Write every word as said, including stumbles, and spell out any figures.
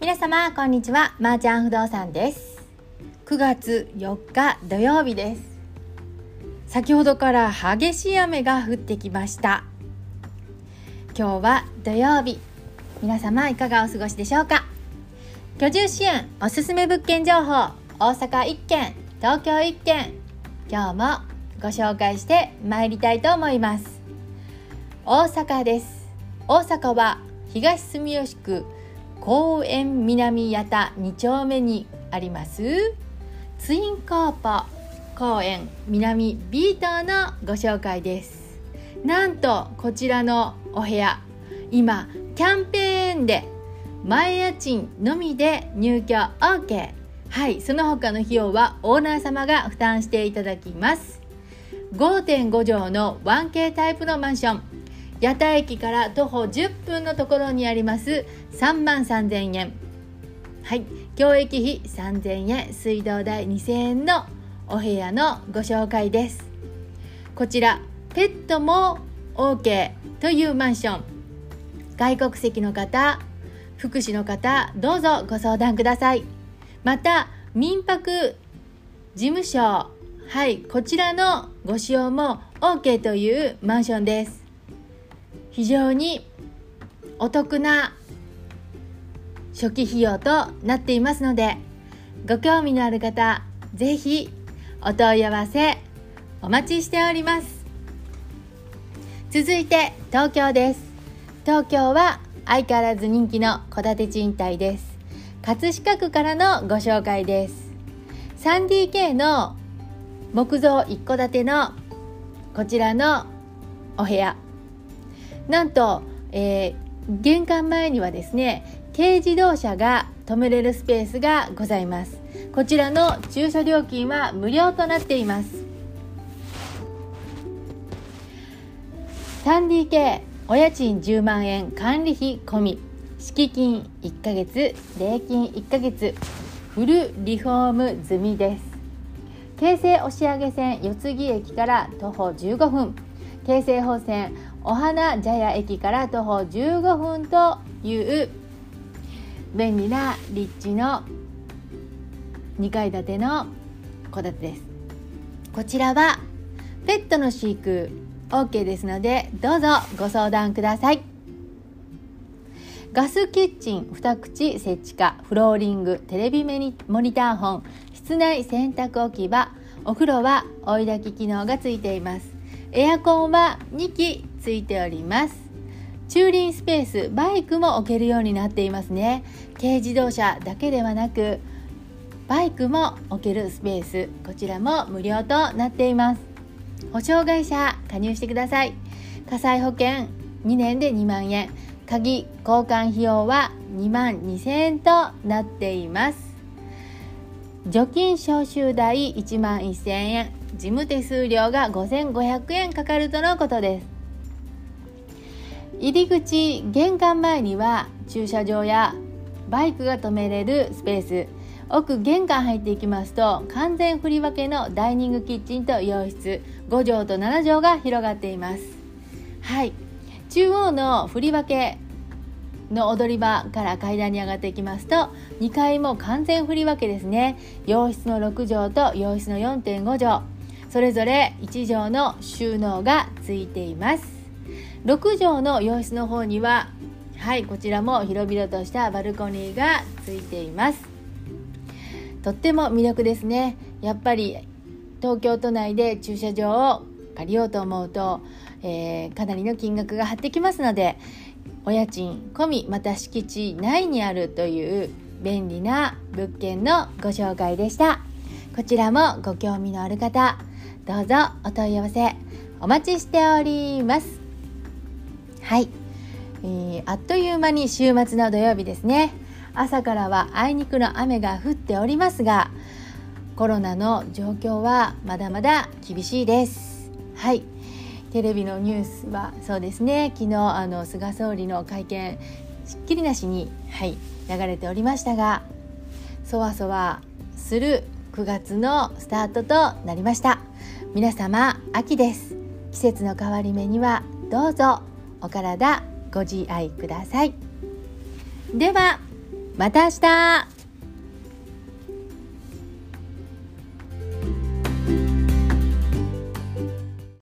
皆様こんにちは、まーちゃん不動産です。くがつよっか土曜日です。先ほどから激しい雨が降ってきました。今日は土曜日、皆様いかがお過ごしでしょうか。居住支援おすすめ物件情報、大阪いっけん、東京いっけん、今日もご紹介してまいりたいと思います。大阪です。大阪は東住吉区公園南八田に丁目にありますツインコーポ公園南 B 棟のご紹介です。なんとこちらのお部屋、今キャンペーンで前家賃のみで入居 OK。 はい、その他の費用はオーナー様が負担していただきます。 ごてんご 畳の ワンケー タイプのマンション、八田駅から徒歩じゅっぷんのところにありますさんまんさんぜんえん、はい、教育費さんぜんえん、水道代にせんえんのお部屋のご紹介です。こちらペットも OK というマンション、外国籍の方、福祉の方、どうぞご相談ください。また民泊事務所、はい、こちらのご使用も OK というマンションです。非常にお得な初期費用となっていますので、ご興味のある方、ぜひお問い合わせお待ちしております。続いて東京です。東京は相変わらず人気の戸建て賃貸です。葛飾区からのご紹介です。 スリーディーケー の木造一戸建てのこちらのお部屋、なんと、えー、玄関前にはですね、軽自動車が止めれるスペースがございます。こちらの駐車料金は無料となっています。 スリーディーケー お家賃じゅうまんえん、管理費込み、敷金いっかげつ、礼金いっかげつ、フルリフォーム済みです。京成押上線四ツ木駅から徒歩じゅうごふん、京成本線お花茶屋駅から徒歩じゅうごふんという便利な立地のにかい建ての戸建てです。こちらはペットの飼育 OK ですので、どうぞご相談ください。ガスキッチンに口設置か、フローリング、テレビモニター本、室内洗濯置き場、お風呂は追い焚き機能がついています。エアコンはにきついております。駐輪スペース、バイクも置けるようになっていますね。軽自動車だけではなくバイクも置けるスペース、こちらも無料となっています。保証会社加入してください。火災保険にねんでにまんえん、鍵交換費用はにまんにせんえんとなっています。除菌消臭代いちまんせんえん、事務手数料がごせんごひゃくえんかかるとのことです。入り口玄関前には駐車場やバイクが止めれるスペース、奥玄関入っていきますと完全振り分けのダイニングキッチンと洋室、ごじょうとななじょうが広がっています。はい、中央の振り分けの踊り場から階段に上がっていきますとにかいも完全振り分けですね。洋室のろくじょうと洋室の よんてんごじょう、それぞれいちじょうの収納がついています。ろくじょうの洋室の方には、はい、こちらも広々としたバルコニーがついています。とっても魅力ですね。やっぱり東京都内で駐車場を借りようと思うと、えー、かなりの金額が張ってきますので、お家賃込み、また敷地内にあるという便利な物件のご紹介でした。こちらもご興味のある方、どうぞお問い合わせお待ちしております。はい、えー、あっという間に週末の土曜日ですね。朝からはあいにくの雨が降っておりますが、コロナの状況はまだまだ厳しいです。はい、テレビのニュースはそうですね、昨日あの菅総理の会見しっきりなしに、はい、流れておりましたが、そわそわするくがつのスタートとなりました。皆様、秋です。季節の変わり目にはどうぞお体ご自愛ください。ではまた明日。